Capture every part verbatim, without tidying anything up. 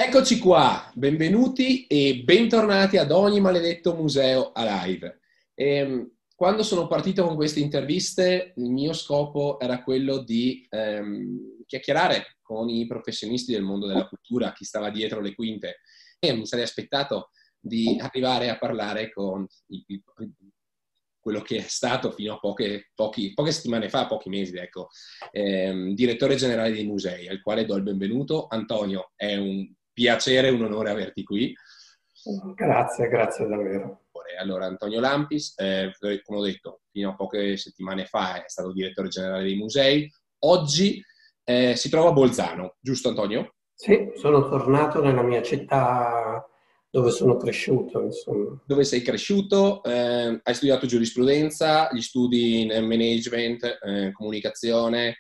Eccoci qua, benvenuti e bentornati ad ogni maledetto museo alive. E, quando sono partito con queste interviste, il mio scopo era quello di ehm, chiacchierare con i professionisti del mondo della cultura, chi stava dietro le quinte, e mi sarei aspettato di arrivare a parlare con il, il, quello che è stato fino a poche, pochi, poche settimane fa, pochi mesi, ecco, ehm, direttore generale dei musei, al quale do il benvenuto. Antonio, è un piacere e un onore averti qui. Grazie, grazie davvero. Allora, Antonio Lampis, eh, come ho detto, fino a poche settimane fa è stato direttore generale dei musei. Oggi eh, si trova a Bolzano, giusto Antonio? Sì, sono tornato nella mia città dove sono cresciuto, insomma. Dove sei cresciuto, eh, hai studiato giurisprudenza, gli studi in management, eh, comunicazione,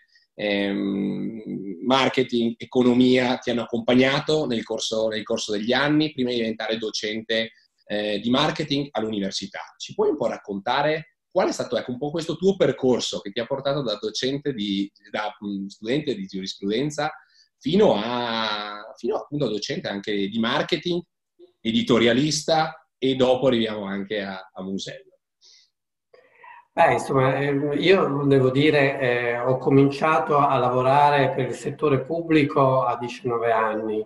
ehm, marketing, economia ti hanno accompagnato nel corso, nel corso degli anni, prima di diventare docente eh, di marketing all'università. Ci puoi un po' raccontare qual è stato, ecco, un po' questo tuo percorso che ti ha portato da docente di, da um, studente di giurisprudenza fino a, fino appunto a docente anche di marketing, editorialista, e dopo arriviamo anche a, a museo. Beh, insomma, eh, io devo dire, eh, ho cominciato a lavorare per il settore pubblico a diciannove anni,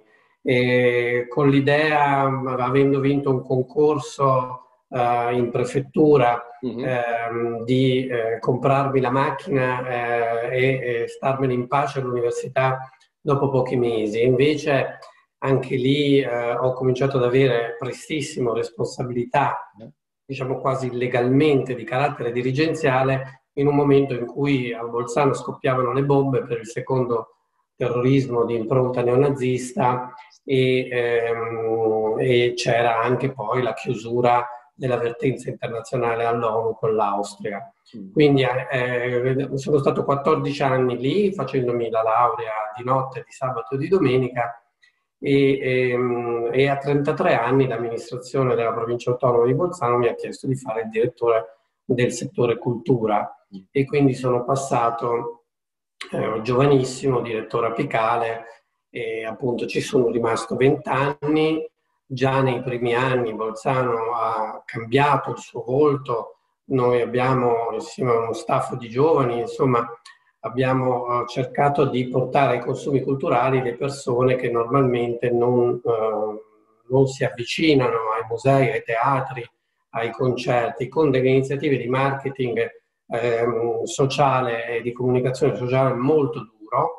e con l'idea, avendo vinto un concorso eh, in prefettura, Mm-hmm. ehm, di eh, comprarmi la macchina eh, e, e starmene in pace all'università dopo pochi mesi. Invece anche lì eh, ho cominciato ad avere prestissimo responsabilità, diciamo quasi legalmente, di carattere dirigenziale, in un momento in cui a Bolzano scoppiavano le bombe per il secondo terrorismo di impronta neonazista e, ehm, e c'era anche poi la chiusura dell'avvertenza internazionale all'ONU con l'Austria. Quindi eh, sono stato quattordici anni lì facendomi la laurea di notte, di sabato e di domenica. E, e, e a trentatré anni l'amministrazione della provincia autonoma di Bolzano mi ha chiesto di fare il direttore del settore cultura e quindi sono passato eh, giovanissimo, direttore apicale, e appunto ci sono rimasto vent'anni. Già nei primi anni Bolzano ha cambiato il suo volto, noi abbiamo insieme a uno staff di giovani, insomma, abbiamo uh, cercato di portare ai consumi culturali le persone che normalmente non, uh, non si avvicinano ai musei, ai teatri, ai concerti, con delle iniziative di marketing ehm, sociale e di comunicazione sociale molto duro,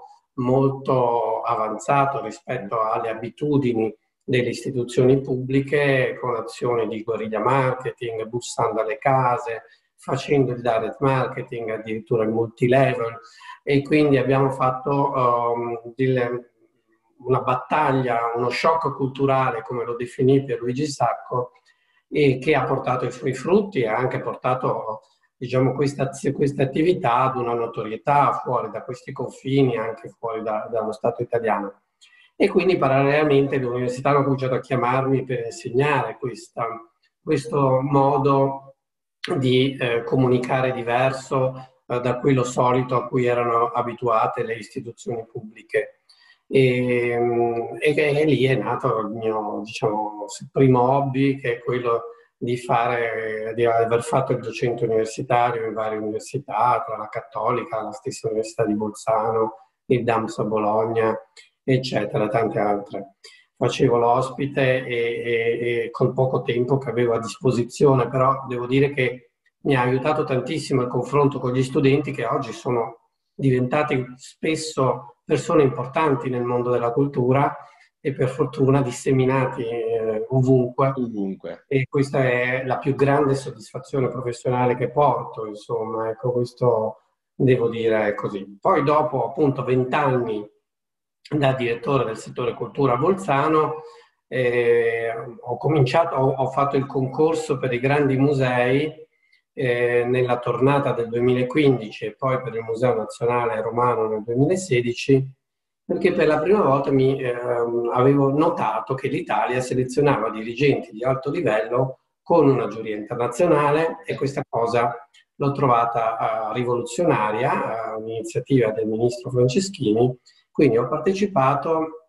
molto avanzato rispetto alle abitudini delle istituzioni pubbliche, con azioni di guerriglia marketing, bussando alle case, facendo il direct marketing, addirittura il multilevel, e quindi abbiamo fatto um, delle, una battaglia, uno shock culturale, come lo definì Pierluigi Sacco, e che ha portato i suoi frutti e ha anche portato, diciamo, questa, questa attività ad una notorietà fuori da questi confini, anche fuori da, dallo Stato italiano. E quindi parallelamente l'università ha cominciato a chiamarmi per insegnare questa, questo modo di eh, comunicare diverso eh, da quello solito a cui erano abituate le istituzioni pubbliche. E, e, e lì è nato il mio, diciamo, primo hobby, che è quello di fare, di aver fatto il docente universitario in varie università, tra la Cattolica, la stessa Università di Bolzano, il DAMS a Bologna, eccetera, tante altre. Facevo l'ospite e, e, e col poco tempo che avevo a disposizione, però devo dire che mi ha aiutato tantissimo il confronto con gli studenti, che oggi sono diventati spesso persone importanti nel mondo della cultura e per fortuna disseminati eh, ovunque. Ovunque. E questa è la più grande soddisfazione professionale che porto, insomma, ecco, questo devo dire così. Poi dopo appunto vent'anni da direttore del settore cultura a Bolzano, eh, ho cominciato, ho, ho fatto il concorso per i grandi musei eh, nella tornata del duemilaquindici e poi per il Museo Nazionale Romano nel duemilasedici, perché per la prima volta mi, ehm, avevo notato che l'Italia selezionava dirigenti di alto livello con una giuria internazionale, e questa cosa l'ho trovata uh, rivoluzionaria, uh, un'iniziativa del ministro Franceschini. Quindi ho partecipato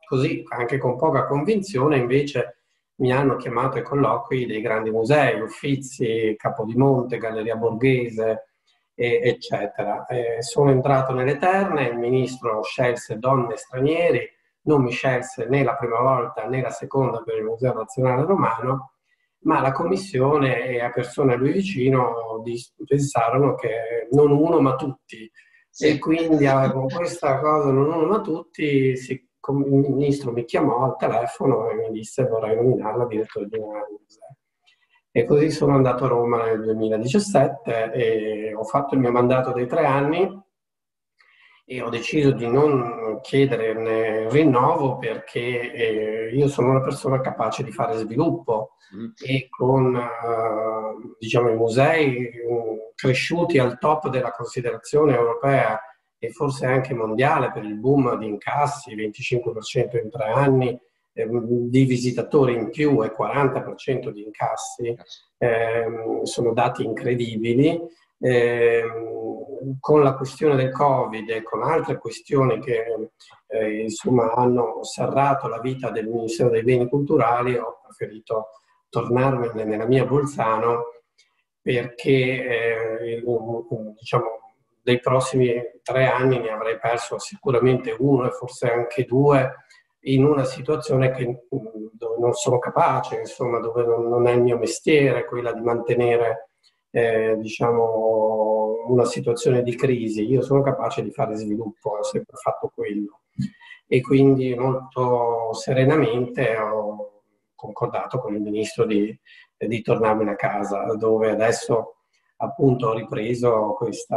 così anche con poca convinzione invece mi hanno chiamato ai colloqui dei grandi musei, Uffizi, Capodimonte, Galleria Borghese, e, eccetera. Eh, sono entrato nelle terme, il ministro scelse donne e stranieri, non mi scelse né la prima volta né la seconda per il Museo Nazionale Romano, ma la commissione e a persone a lui vicino pensarono che non uno ma tutti. Sì. E quindi con questa cosa non uno ma tutti si, il ministro mi chiamò al telefono e mi disse vorrei nominarla direttore generale del museo. E così sono andato a Roma nel duemiladiciassette e ho fatto il mio mandato dei tre anni e ho deciso di non chiedere il rinnovo perché eh, io sono una persona capace di fare sviluppo mm. e con eh, diciamo, i musei um, cresciuti al top della considerazione europea e forse anche mondiale per il boom di incassi, venticinque per cento in tre anni, eh, di visitatori in più e quaranta per cento di incassi, eh, sono dati incredibili. Eh, con la questione del Covid e con altre questioni che eh, insomma hanno serrato la vita del Ministero dei Beni Culturali, ho preferito tornarmene nella mia Bolzano perché eh, diciamo dei prossimi tre anni ne avrei perso sicuramente uno e forse anche due in una situazione che, dove non sono capace, insomma, dove non, non è il mio mestiere, quella di mantenere Eh, diciamo una situazione di crisi. Io sono capace di fare sviluppo, ho sempre fatto quello e quindi molto serenamente ho concordato con il ministro di, di tornarmene a casa, dove adesso appunto ho ripreso questo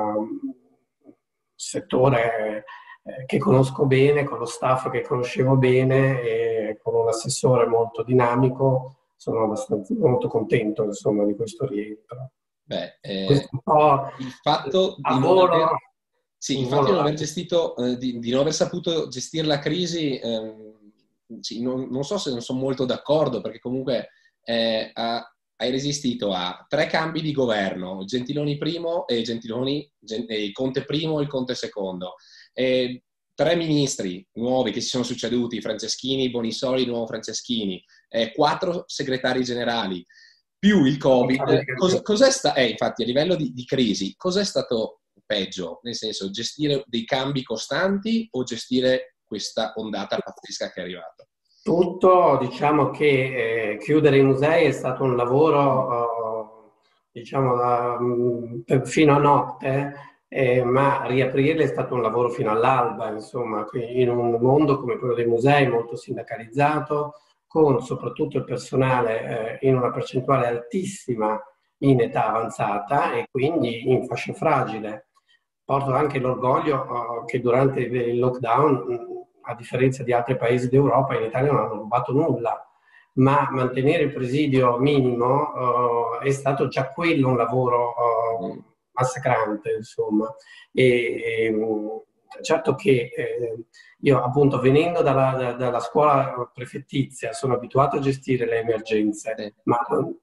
settore eh, che conosco bene, con lo staff che conoscevo bene e con un assessore molto dinamico. Sono abbastanza molto contento, insomma, di questo rientro. Beh, eh, questo un po' il fatto di non aver, sì, il fatto di non aver gestito, eh, di, di non aver saputo gestire la crisi, eh, sì, non, non so se non sono molto d'accordo, perché comunque eh, ha, hai resistito a tre cambi di governo, Gentiloni primo e Gentiloni, Gen, eh, il Conte primo e il Conte secondo. Eh, tre ministri nuovi che si sono succeduti, Franceschini, Bonisoli, nuovo Franceschini, eh, quattro segretari generali, più il Covid. Cos, cos'è sta, eh, infatti, a livello di, di crisi, cos'è stato peggio? Nel senso, gestire dei cambi costanti o gestire questa ondata pazzesca che è arrivata? Tutto, diciamo che eh, chiudere i musei è stato un lavoro, eh, diciamo, da, fino a notte, Eh, ma riaprirle è stato un lavoro fino all'alba, insomma, in un mondo come quello dei musei molto sindacalizzato, con soprattutto il personale eh, in una percentuale altissima in età avanzata e quindi in fascia fragile. Porto anche l'orgoglio eh, che durante il lockdown, a differenza di altri paesi d'Europa, in Italia non hanno rubato nulla, ma mantenere il presidio minimo eh, è stato già quello un lavoro eh, massacrante, insomma. E, e, certo che eh, io appunto venendo dalla, da, dalla scuola prefettizia sono abituato a gestire le emergenze, eh. ma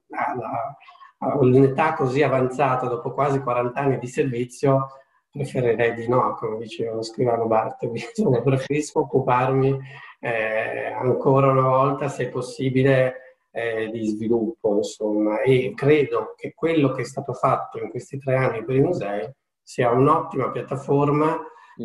a un'età così avanzata, dopo quasi quaranta anni di servizio, preferirei di no, come diceva lo scrivano Bartoli. Insomma, preferisco occuparmi eh, ancora una volta, se possibile, Eh, di sviluppo, insomma, e credo che quello che è stato fatto in questi tre anni per i musei sia un'ottima piattaforma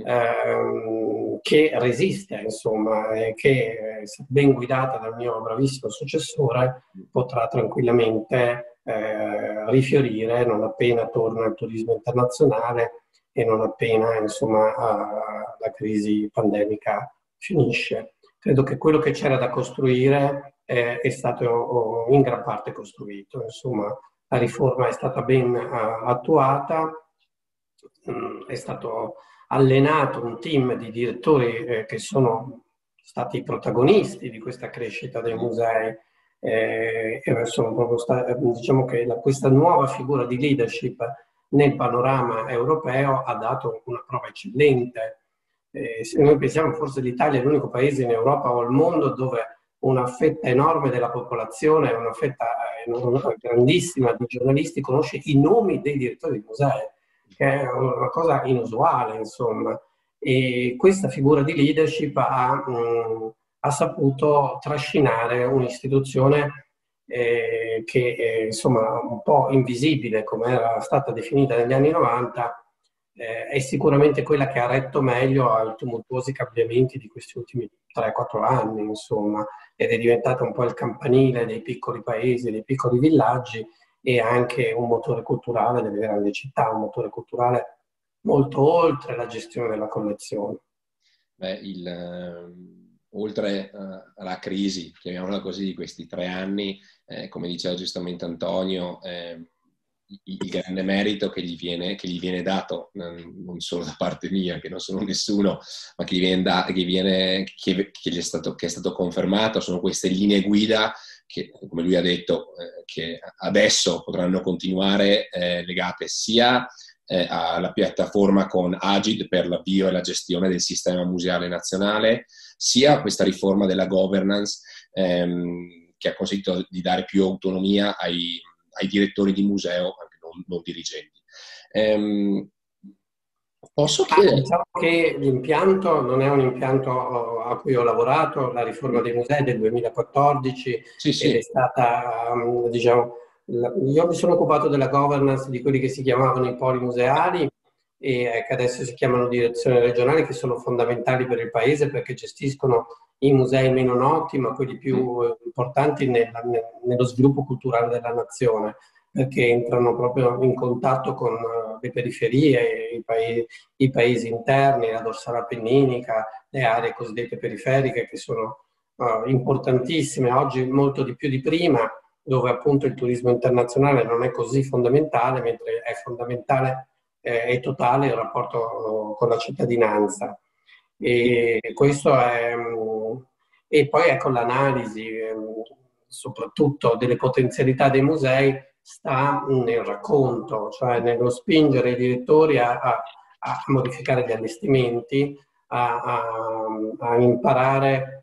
ehm, che resiste, insomma, e che, se ben guidata dal mio bravissimo successore, potrà tranquillamente eh, rifiorire non appena torna il turismo internazionale e non appena, insomma, a, la crisi pandemica finisce. Credo che quello che c'era da costruire eh, è stato in gran parte costruito. Insomma, la riforma è stata ben uh, attuata, mm, è stato allenato un team di direttori eh, che sono stati i protagonisti di questa crescita dei musei eh, e sono proprio stati, diciamo che la, questa nuova figura di leadership nel panorama europeo ha dato una prova eccellente. Eh, se noi pensiamo, forse l'Italia è l'unico paese in Europa o al mondo dove una fetta enorme della popolazione, una fetta enorme, grandissima di giornalisti conosce i nomi dei direttori dei musei, che è una cosa inusuale, insomma. E questa figura di leadership ha, mh, ha saputo trascinare un'istituzione eh, che è insomma un po' invisibile, come era stata definita negli anni novanta, eh, è sicuramente quella che ha retto meglio ai tumultuosi cambiamenti di questi ultimi tre quattro anni, insomma, ed è diventata un po' il campanile dei piccoli paesi, dei piccoli villaggi e anche un motore culturale delle grandi città, un motore culturale molto oltre la gestione della collezione. Beh, il, eh, oltre uh, alla crisi, chiamiamola così, di questi tre anni, eh, come diceva giustamente Antonio, eh, il grande merito che gli viene, che gli viene dato, non solo da parte mia, che non sono nessuno, ma che gli viene, da, che, viene che, che, gli è stato, che è stato confermato, sono queste linee guida che, come lui ha detto, eh, che adesso potranno continuare eh, legate sia eh, alla piattaforma con Agid per l'avvio e la gestione del sistema museale nazionale, sia a questa riforma della governance ehm, che ha consentito di dare più autonomia ai ai direttori di museo, anche non, non dirigenti. Ehm, posso chiedere? Ah, diciamo che l'impianto non è un impianto a cui ho lavorato, la riforma dei musei del duemilaquattordici, Sì, ed è sì. stata, diciamo, io mi sono occupato della governance di quelli che si chiamavano i poli museali e che adesso si chiamano direzioni regionali, che sono fondamentali per il paese perché gestiscono i musei meno noti, ma quelli più importanti nel, nel, nello sviluppo culturale della nazione, perché entrano proprio in contatto con le periferie, i paesi, i paesi interni, la dorsale appenninica, le aree cosiddette periferiche, che sono uh, importantissime oggi molto di più di prima, dove appunto il turismo internazionale non è così fondamentale, mentre è fondamentale eh, e totale il rapporto con la cittadinanza. E questo è, e poi ecco l'analisi, soprattutto delle potenzialità dei musei, sta nel racconto, cioè nello spingere i direttori a, a, a modificare gli allestimenti, a, a, a imparare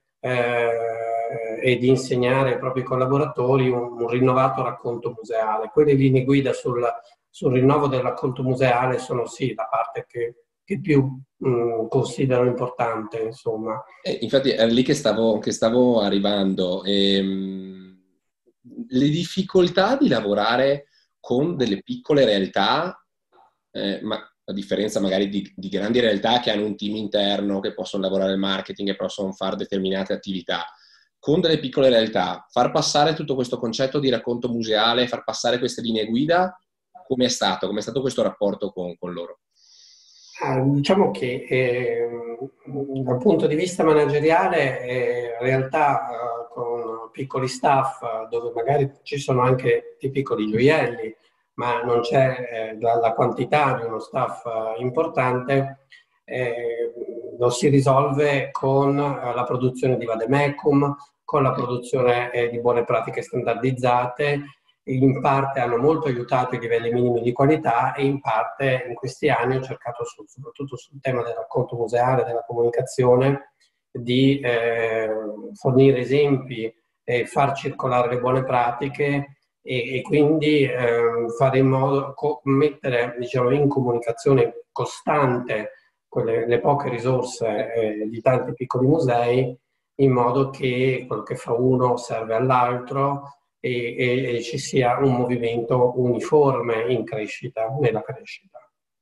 eh, ed insegnare ai propri collaboratori un, un rinnovato racconto museale. Quelle linee guida sul, sul rinnovo del racconto museale sono sì la parte che, che più mh, considero importante, insomma. Eh, infatti era lì che stavo, che stavo arrivando. Ehm, le difficoltà di lavorare con delle piccole realtà, eh, ma a differenza magari di, di grandi realtà che hanno un team interno, che possono lavorare il marketing e possono fare determinate attività, con delle piccole realtà, far passare tutto questo concetto di racconto museale, far passare queste linee guida, come è stato? Come è stato questo rapporto con, con loro? Ah, diciamo che eh, dal punto di vista manageriale, eh, in realtà eh, con piccoli staff, eh, dove magari ci sono anche dei piccoli gioielli, ma non c'è eh, la, la quantità di uno staff eh, importante, eh, lo si risolve con eh, la produzione di vademecum, con la produzione eh, di buone pratiche standardizzate. In parte hanno molto aiutato i livelli minimi di qualità e in parte in questi anni ho cercato, su, soprattutto sul tema del racconto museale, della comunicazione, di eh, fornire esempi, eh, far circolare le buone pratiche e, e quindi eh, fare in modo, co- mettere diciamo, in comunicazione costante quelle, le poche risorse eh, di tanti piccoli musei, in modo che quello che fa uno serve all'altro e, e, e ci sia un movimento uniforme in crescita, nella crescita.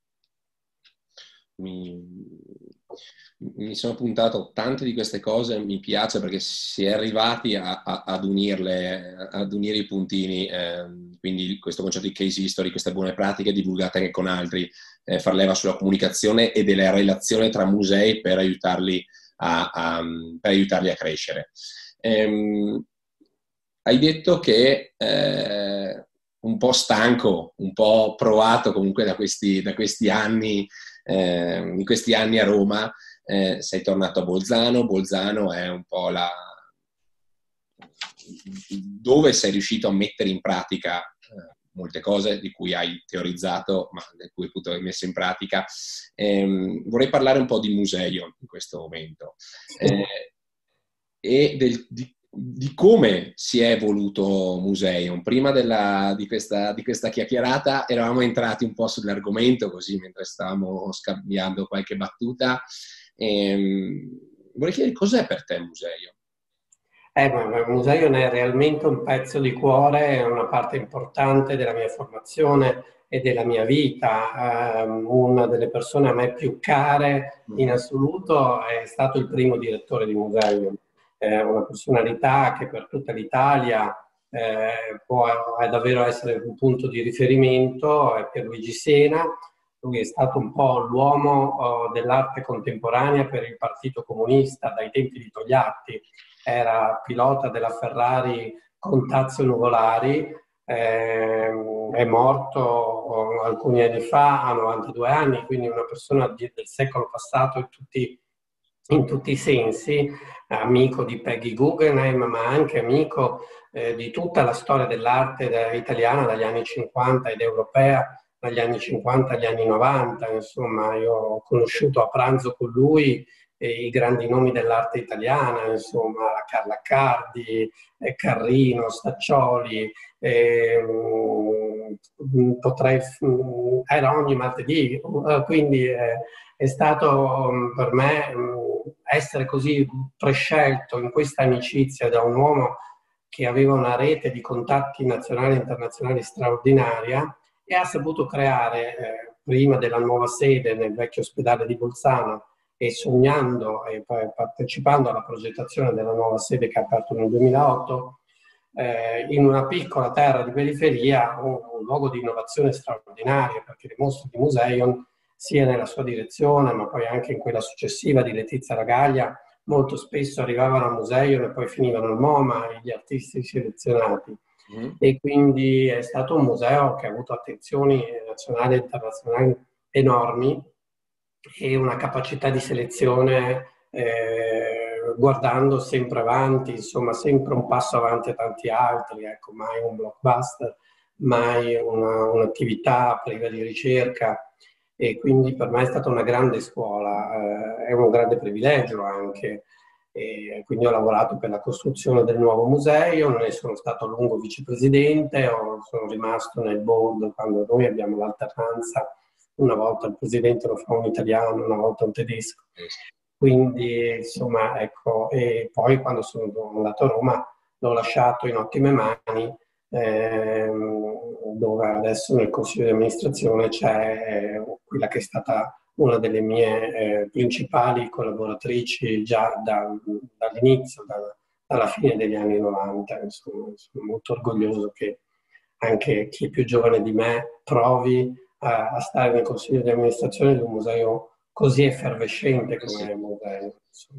Mi, mi sono puntato tante di queste cose, mi piace perché si è arrivati a, a, ad unirle, ad unire i puntini, eh, quindi questo concetto di case history, queste buone pratiche divulgate anche con altri, eh, far leva sulla comunicazione e della relazione tra musei per aiutarli a, a, per aiutarli a crescere. Ehm, hai detto che eh, un po' stanco, un po' provato comunque da questi, da questi anni, eh, in questi anni a Roma, eh, sei tornato a Bolzano. Bolzano è un po' la dove sei riuscito a mettere in pratica eh, molte cose di cui hai teorizzato, ma di cui appunto hai messo in pratica. Eh, vorrei parlare un po' di museo in questo momento. Eh, e del, di di come si è evoluto Museion. Prima della, di, questa, di questa chiacchierata eravamo entrati un po' sull'argomento, così mentre stavamo scambiando qualche battuta. Ehm, vorrei chiedere cos'è per te Museion? Eh, ma ma il museo è realmente un pezzo di cuore, è una parte importante della mia formazione e della mia vita. Ehm, una delle persone a me più care in assoluto è stato il primo direttore di museo. È una personalità che per tutta l'Italia eh, può è davvero essere un punto di riferimento, è Pierluigi Siena. Lui è stato un po' l'uomo oh, dell'arte contemporanea per il Partito Comunista dai tempi di Togliatti. Era pilota della Ferrari con Tazio Nuvolari, eh, è morto oh, alcuni anni fa, a novantadue anni, quindi una persona di, del secolo passato in tutti, in tutti i sensi, amico di Peggy Guggenheim, ma anche amico eh, di tutta la storia dell'arte italiana dagli anni cinquanta ed europea dagli anni cinquanta agli anni novanta. Insomma, io ho conosciuto a pranzo con lui i grandi nomi dell'arte italiana, insomma, Carla Accardi, eh, Carrino, Staccioli, eh, potrei, era ogni martedì, quindi eh, è stato per me essere così prescelto in questa amicizia da un uomo che aveva una rete di contatti nazionali e internazionali straordinaria e ha saputo creare, eh, prima della nuova sede nel vecchio ospedale di Bolzano, e sognando e partecipando alla progettazione della nuova sede che ha aperto nel duemilaotto, eh, in una piccola terra di periferia, un, un luogo di innovazione straordinaria, perché le mostre di Museion, sia nella sua direzione, ma poi anche in quella successiva di Letizia Ragaglia, molto spesso arrivavano a Museion e poi finivano al MoMA, gli artisti selezionati. Mm. E quindi è stato un museo che ha avuto attenzioni nazionali e internazionali enormi, e una capacità di selezione eh, guardando sempre avanti, insomma sempre un passo avanti a tanti altri, ecco, mai un blockbuster, mai una, un'attività priva di ricerca, e quindi per me è stata una grande scuola, eh, è un grande privilegio anche, e quindi ho lavorato per la costruzione del nuovo museo, ne sono stato a lungo vicepresidente, ho, sono rimasto nel board quando noi abbiamo l'alternanza. Una volta il presidente lo fa un italiano, una volta un tedesco. Quindi, insomma, ecco, e poi quando sono andato a Roma l'ho lasciato in ottime mani, ehm, dove adesso nel consiglio di amministrazione c'è eh, quella che è stata una delle mie eh, principali collaboratrici già da, dall'inizio, da, dalla fine degli anni novanta. Insomma, sono molto orgoglioso che anche chi è più giovane di me provi a stare nel consiglio di amministrazione di un museo così effervescente come sì. È il museo.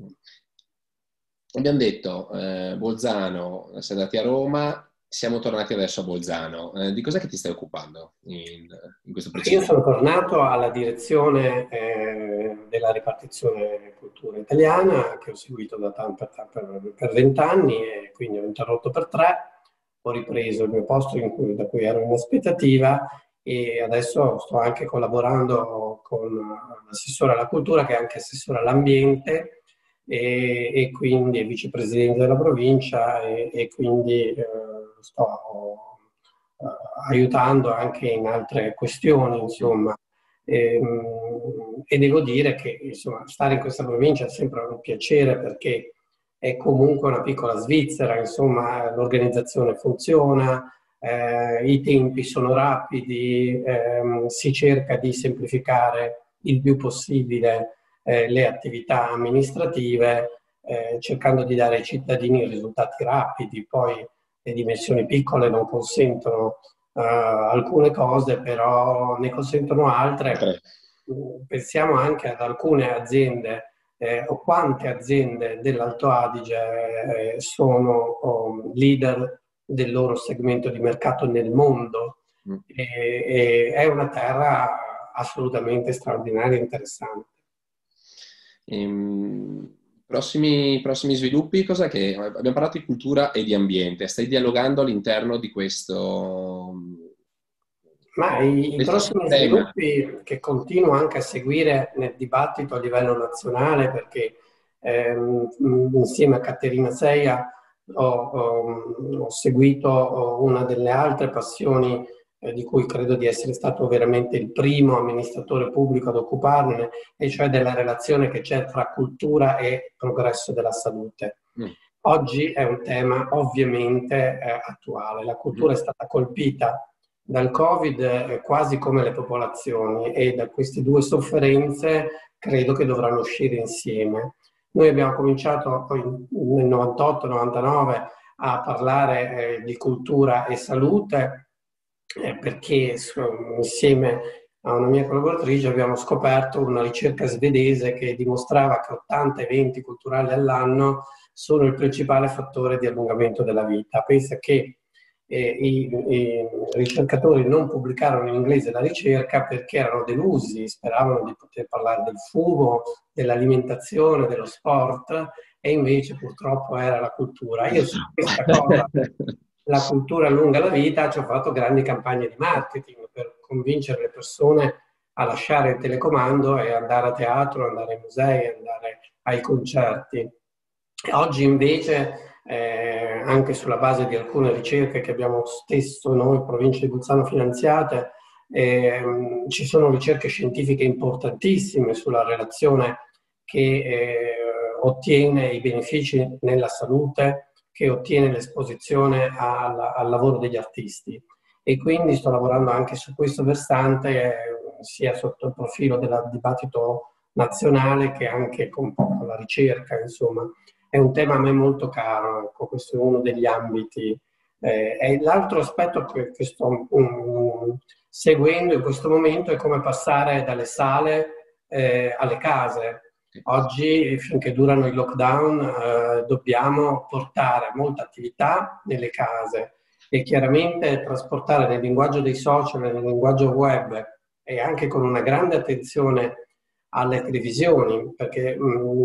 Abbiamo detto eh, Bolzano, siamo andati a Roma, siamo tornati adesso a Bolzano. Eh, di cos'è che ti stai occupando in, in questo preciso? Io sono tornato alla direzione eh, della ripartizione cultura italiana, che ho seguito da per vent'anni e quindi ho interrotto per tre, ho ripreso il mio posto in cui, da cui ero in aspettativa, e adesso sto anche collaborando con l'assessore alla cultura, che è anche assessore all'ambiente, e, e quindi è vicepresidente della provincia, e, e quindi eh, sto eh, aiutando anche in altre questioni, insomma. E, e devo dire che insomma, stare in questa provincia è sempre un piacere, perché è comunque una piccola Svizzera, insomma, l'organizzazione funziona. Eh, i tempi sono rapidi, ehm, si cerca di semplificare il più possibile eh, le attività amministrative, eh, cercando di dare ai cittadini risultati rapidi. Poi le dimensioni piccole non consentono eh, alcune cose, però ne consentono altre. Okay. Pensiamo anche ad alcune aziende, eh, o quante aziende dell'Alto Adige eh, sono oh, leader del loro segmento di mercato nel mondo, mm. e, e è una terra assolutamente straordinaria e interessante. Ehm, prossimi, prossimi sviluppi, cos'è che abbiamo parlato di cultura e di ambiente, stai dialogando all'interno di questo? Ma i, i prossimi sistema. Sviluppi che continuo anche a seguire nel dibattito a livello nazionale, perché ehm, insieme a Caterina Seia ho, ho, ho seguito una delle altre passioni eh, di cui credo di essere stato veramente il primo amministratore pubblico ad occuparne, e cioè della relazione che c'è tra cultura e progresso della salute. Mm. Oggi è un tema ovviamente eh, attuale. La cultura è stata colpita dal Covid eh, quasi come le popolazioni, e da queste due sofferenze credo che dovranno uscire insieme. Noi abbiamo cominciato poi nel novantotto novantanove a parlare eh, di cultura e salute eh, perché su, insieme a una mia collaboratrice abbiamo scoperto una ricerca svedese che dimostrava che ottanta eventi culturali all'anno sono il principale fattore di allungamento della vita. Pensa che eh, i, i ricercatori non pubblicarono in inglese la ricerca perché erano delusi, speravano di poter parlare del fumo, dell'alimentazione, dello sport, e invece purtroppo era la cultura. Io su questa cosa, la cultura allunga la vita, ci ho fatto grandi campagne di marketing per convincere le persone a lasciare il telecomando e andare a teatro, andare ai musei, andare ai concerti. Oggi invece, eh, anche sulla base di alcune ricerche che abbiamo stesso noi, provincia di Bolzano, finanziate, eh, ci sono ricerche scientifiche importantissime sulla relazione che eh, ottiene i benefici nella salute, che ottiene l'esposizione al, al lavoro degli artisti. E quindi sto lavorando anche su questo versante, eh, sia sotto il profilo del dibattito nazionale che anche con, con la ricerca, insomma. È un tema a me molto caro, ecco, questo è uno degli ambiti. Eh, e l'altro aspetto che, che sto um, seguendo in questo momento è come passare dalle sale eh, alle case. Oggi, finché durano i lockdown, eh, dobbiamo portare molta attività nelle case e chiaramente trasportare nel linguaggio dei social, nel linguaggio web, e anche con una grande attenzione alle televisioni, perché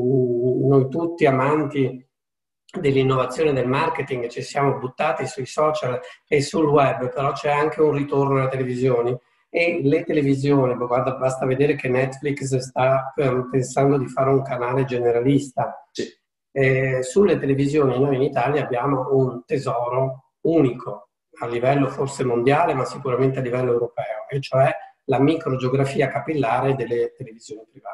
mh, noi tutti amanti dell'innovazione del marketing ci siamo buttati sui social e sul web, però c'è anche un ritorno alle televisioni. E le televisioni, guarda, basta vedere che Netflix sta pensando di fare un canale generalista. Sì. Eh, sulle televisioni noi in Italia abbiamo un tesoro unico a livello forse mondiale, ma sicuramente a livello europeo, e cioè la microgeografia capillare delle televisioni private.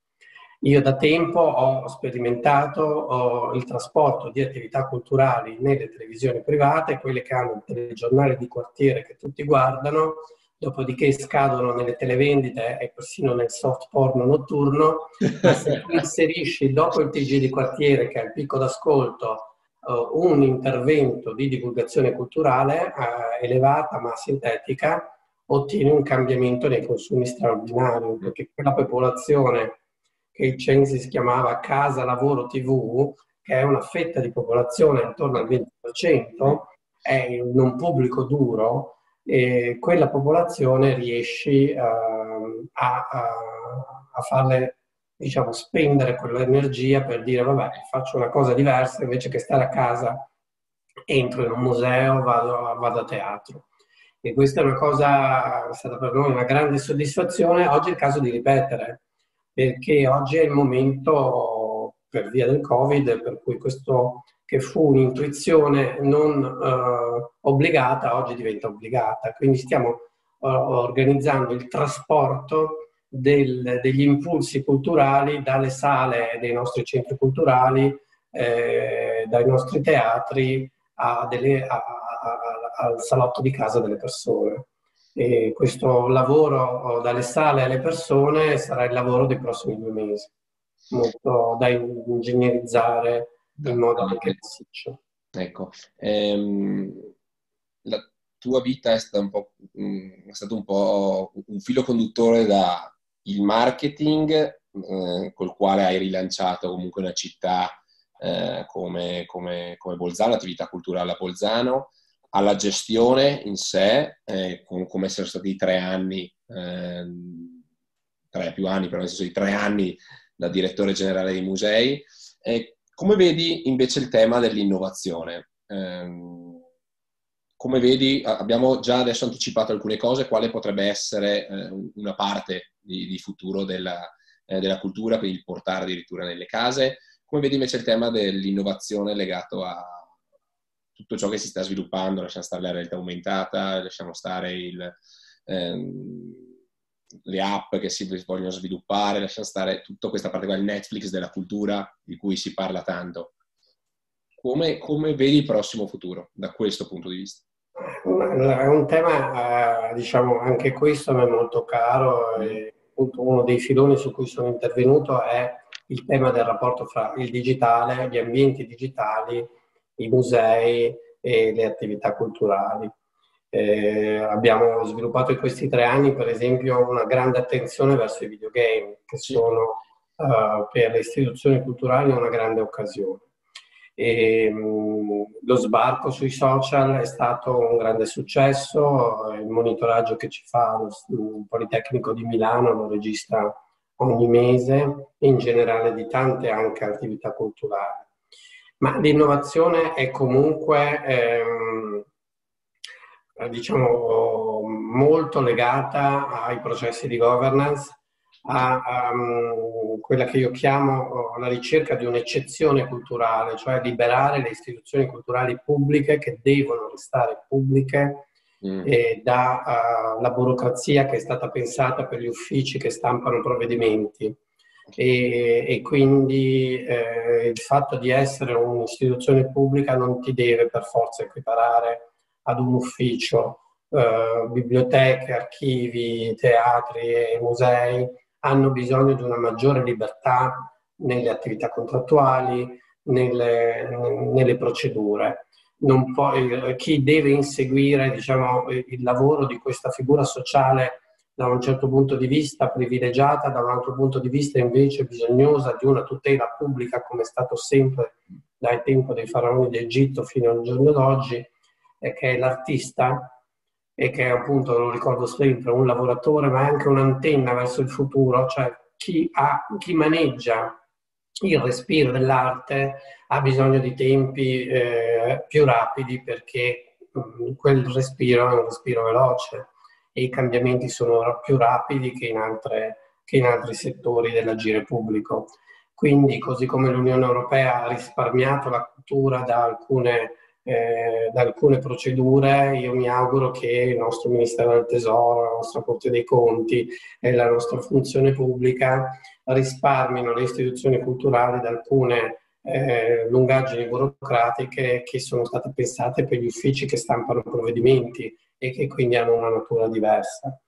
Io da tempo ho sperimentato ho il trasporto di attività culturali nelle televisioni private, quelle che hanno il telegiornale di quartiere che tutti guardano, dopodiché scadono nelle televendite e persino nel soft porno notturno, ma se tu inserisci dopo il T G di quartiere, che è il picco d'ascolto, uh, un intervento di divulgazione culturale uh, elevata ma sintetica, ottieni un cambiamento nei consumi straordinario, perché quella popolazione che il Censis chiamava casa lavoro tivù, che è una fetta di popolazione intorno al venti per cento, è in un pubblico duro, e quella popolazione riesci uh, a, a, a farle, diciamo, spendere quell'energia per dire vabbè, faccio una cosa diversa, invece che stare a casa entro in un museo, vado, vado a teatro. E questa è una cosa, è stata per noi una grande soddisfazione. Oggi è il caso di ripetere, perché oggi è il momento, per via del Covid, per cui questo che fu un'intuizione non eh, obbligata, oggi diventa obbligata. Quindi stiamo eh, organizzando il trasporto del, degli impulsi culturali dalle sale dei nostri centri culturali, eh, dai nostri teatri, a delle, a, a, a, al salotto di casa delle persone. E questo lavoro dalle sale alle persone sarà il lavoro dei prossimi due mesi, molto da ingegnerizzare in modo anche massiccio. Ecco, ehm, la tua vita è stata un po', mh, è stato un po' un filo conduttore da il marketing, eh, col quale hai rilanciato comunque una città eh, come, come, come Bolzano, l'attività culturale a Bolzano, alla gestione in sé, eh, come sono stati tre anni, eh, tre più anni, però nel senso di tre anni da direttore generale dei musei. Eh, come vedi invece il tema dell'innovazione? Eh, come vedi, abbiamo già adesso anticipato alcune cose, quale potrebbe essere eh, una parte di, di futuro della, eh, della cultura, quindi il portare addirittura nelle case. Come vedi invece il tema dell'innovazione legato a tutto ciò che si sta sviluppando, lasciamo stare la realtà aumentata, lasciamo stare il, ehm, le app che si vogliono sviluppare, lasciamo stare tutta questa parte qua, il Netflix della cultura di cui si parla tanto. Come, come vedi il prossimo futuro da questo punto di vista? È un tema, eh, diciamo, anche questo mi è molto caro e appunto uno dei filoni su cui sono intervenuto è il tema del rapporto fra il digitale, gli ambienti digitali, i musei e le attività culturali. Eh, abbiamo sviluppato in questi tre anni, per esempio, una grande attenzione verso i videogame, che sono eh, per le istituzioni culturali una grande occasione. E, mh, lo sbarco sui social è stato un grande successo, il monitoraggio che ci fa lo, il Politecnico di Milano lo registra ogni mese, in generale di tante anche attività culturali. Ma l'innovazione è comunque ehm, diciamo molto legata ai processi di governance, a, a um, quella che io chiamo la ricerca di un'eccezione culturale, cioè liberare le istituzioni culturali pubbliche che devono restare pubbliche mm. eh, dalla uh, burocrazia che è stata pensata per gli uffici che stampano provvedimenti. E, e quindi eh, il fatto di essere un'istituzione pubblica non ti deve per forza equiparare ad un ufficio. Eh, biblioteche, archivi, teatri e musei hanno bisogno di una maggiore libertà nelle attività contrattuali, nelle, nelle procedure. Non può, chi deve inseguire, diciamo, il lavoro di questa figura sociale da un certo punto di vista privilegiata, da un altro punto di vista invece bisognosa di una tutela pubblica, come è stato sempre dai tempi dei faraoni d'Egitto fino al giorno d'oggi, che è l'artista e che è appunto, lo ricordo sempre, un lavoratore ma anche un'antenna verso il futuro, cioè chi, ha, chi maneggia il respiro dell'arte ha bisogno di tempi eh, più rapidi perché mh, quel respiro è un respiro veloce e i cambiamenti sono più rapidi che in, altre, che in altri settori dell'agire pubblico. Quindi, così come l'Unione Europea ha risparmiato la cultura da alcune, eh, da alcune procedure, io mi auguro che il nostro Ministero del Tesoro, la nostra Corte dei Conti e la nostra funzione pubblica risparmino le istituzioni culturali da alcune eh, lungaggini burocratiche che sono state pensate per gli uffici che stampano provvedimenti e che quindi hanno una natura diversa.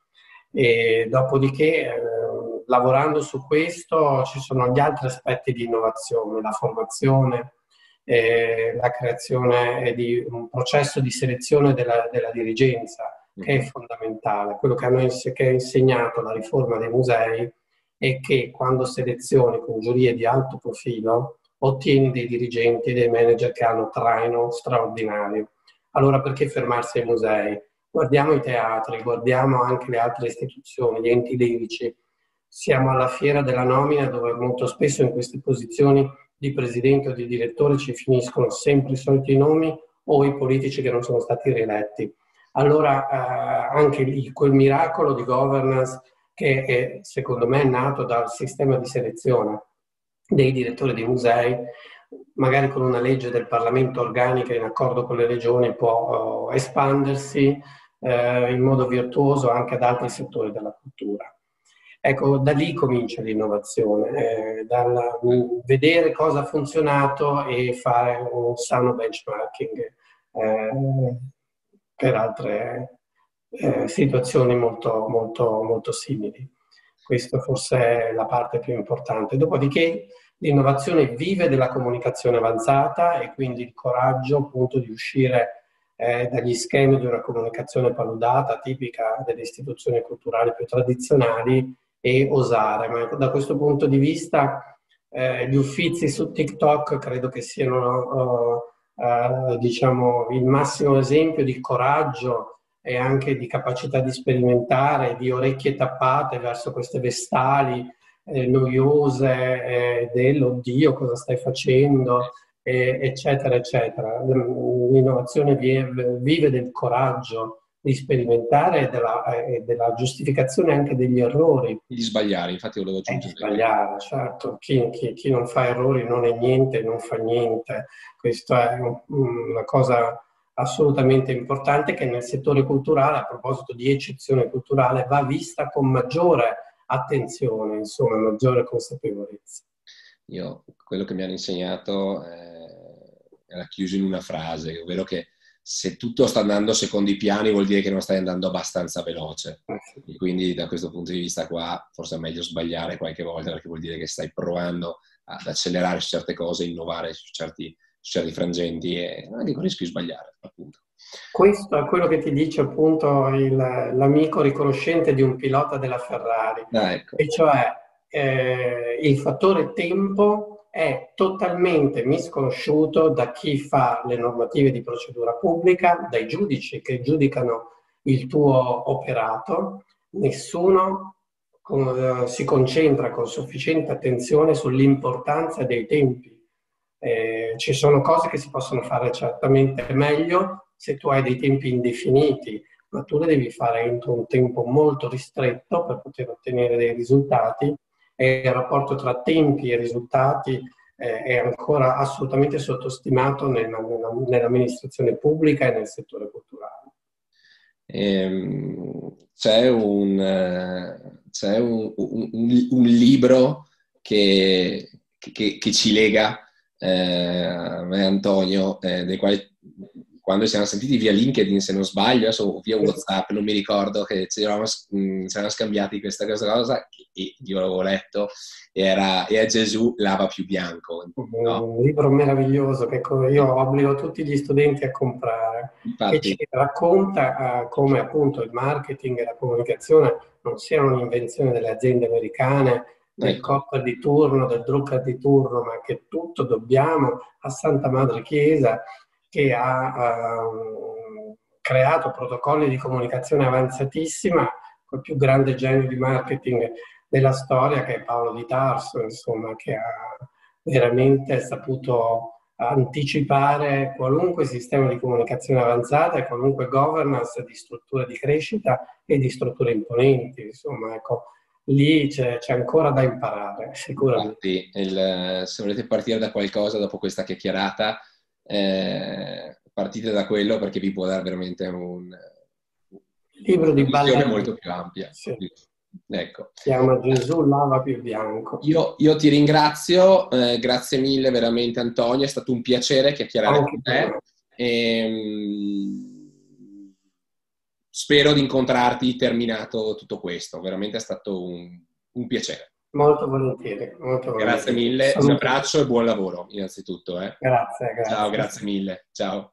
E dopodiché, eh, lavorando su questo, ci sono gli altri aspetti di innovazione, la formazione, eh, la creazione di un processo di selezione della, della dirigenza, che è fondamentale. Quello che, hanno, che ha insegnato la riforma dei musei è che quando selezioni con giurie di alto profilo, ottieni dei dirigenti, dei manager che hanno traino straordinario. Allora perché fermarsi ai musei? Guardiamo i teatri, guardiamo anche le altre istituzioni, gli enti lirici. Siamo alla fiera della nomina dove molto spesso in queste posizioni di presidente o di direttore ci finiscono sempre i soliti nomi o i politici che non sono stati rieletti. Allora eh, anche lì quel miracolo di governance che è, secondo me è nato dal sistema di selezione dei direttori dei musei, magari con una legge del Parlamento organica in accordo con le regioni può uh, espandersi uh, in modo virtuoso anche ad altri settori della cultura. Ecco, da lì comincia l'innovazione, eh, dal vedere cosa ha funzionato e fare un sano benchmarking eh, per altre eh, situazioni molto, molto, molto simili. Questa forse è la parte più importante. Dopodiché l'innovazione vive della comunicazione avanzata e quindi il coraggio appunto di uscire eh, dagli schemi di una comunicazione paludata, tipica delle istituzioni culturali più tradizionali e osare. Ma da questo punto di vista eh, gli uffizi su TikTok credo che siano uh, uh, diciamo, il massimo esempio di coraggio e anche di capacità di sperimentare, di orecchie tappate verso queste vestali eh, noiose eh, dell'oddio cosa stai facendo, eh, eccetera, eccetera. L'innovazione vive, vive del coraggio di sperimentare e della, e della giustificazione anche degli errori. Di sbagliare, infatti volevo È di aggiungere. sbagliare, certo. Chi, chi- chi non fa errori non è niente, non fa niente. Questa è un- una cosa assolutamente importante che nel settore culturale, a proposito di eccezione culturale, va vista con maggiore attenzione, insomma, maggiore consapevolezza. Io, quello che mi hanno insegnato eh, era chiuso in una frase, ovvero che se tutto sta andando secondo i piani vuol dire che non stai andando abbastanza veloce. Eh sì. E quindi da questo punto di vista qua forse è meglio sbagliare qualche volta, perché vuol dire che stai provando ad accelerare su certe cose, innovare su certi, su certi frangenti e non dico rischi di sbagliare, appunto. Questo è quello che ti dice appunto il- l'amico riconoscente di un pilota della Ferrari, Ah, ecco. e cioè eh, il fattore tempo è totalmente misconosciuto da chi fa le normative di procedura pubblica, dai giudici che giudicano il tuo operato. Nessuno con- si concentra con sufficiente attenzione sull'importanza dei tempi. Eh, ci sono cose che si possono fare certamente meglio se tu hai dei tempi indefiniti, ma tu le devi fare entro un tempo molto ristretto per poter ottenere dei risultati, e il rapporto tra tempi e risultati eh, è ancora assolutamente sottostimato nella, nella, nell'amministrazione pubblica e nel settore culturale. Ehm, c'è un, eh, c'è un, un- un- un libro che, che- che ci lega, eh, a me e Antonio, eh, dei quali quando ci siamo sentiti via LinkedIn, se non sbaglio, adesso via WhatsApp, non mi ricordo, che ci eravamo, mh, ci eravamo scambiati questa, questa cosa, e io l'avevo letto, e era E è Gesù lava più bianco, no? Un libro meraviglioso che io obbligo tutti gli studenti a comprare, che ci Infatti, racconta eh, come appunto il marketing e la comunicazione non siano un'invenzione delle aziende americane, del ecco, copper di turno, del drucker di turno, ma che tutto dobbiamo a Santa Madre Chiesa, che ha ehm, creato protocolli di comunicazione avanzatissima col più grande genio di marketing della storia, che è Paolo di Tarso, insomma, che ha veramente saputo anticipare qualunque sistema di comunicazione avanzata e qualunque governance di strutture di crescita e di strutture imponenti. Insomma, ecco, lì c'è, c'è ancora da imparare, sicuramente. infatti il- se volete partire da qualcosa dopo questa chiacchierata, eh, partite da quello, perché vi può dare veramente un, Libro una di visione Ballerini, molto più ampia. sì. Ecco. Si chiama Gesù lava più bianco. Io, io ti ringrazio, eh, grazie mille veramente Antonio, è stato un piacere chiacchierare Anche con per te me. e mm, spero di incontrarti terminato tutto questo, veramente è stato un, un piacere. Molto volentieri, molto Grazie volentieri. mille, un Saluto. abbraccio e buon lavoro innanzitutto. Eh. Grazie, Ciao, grazie. grazie mille. Ciao.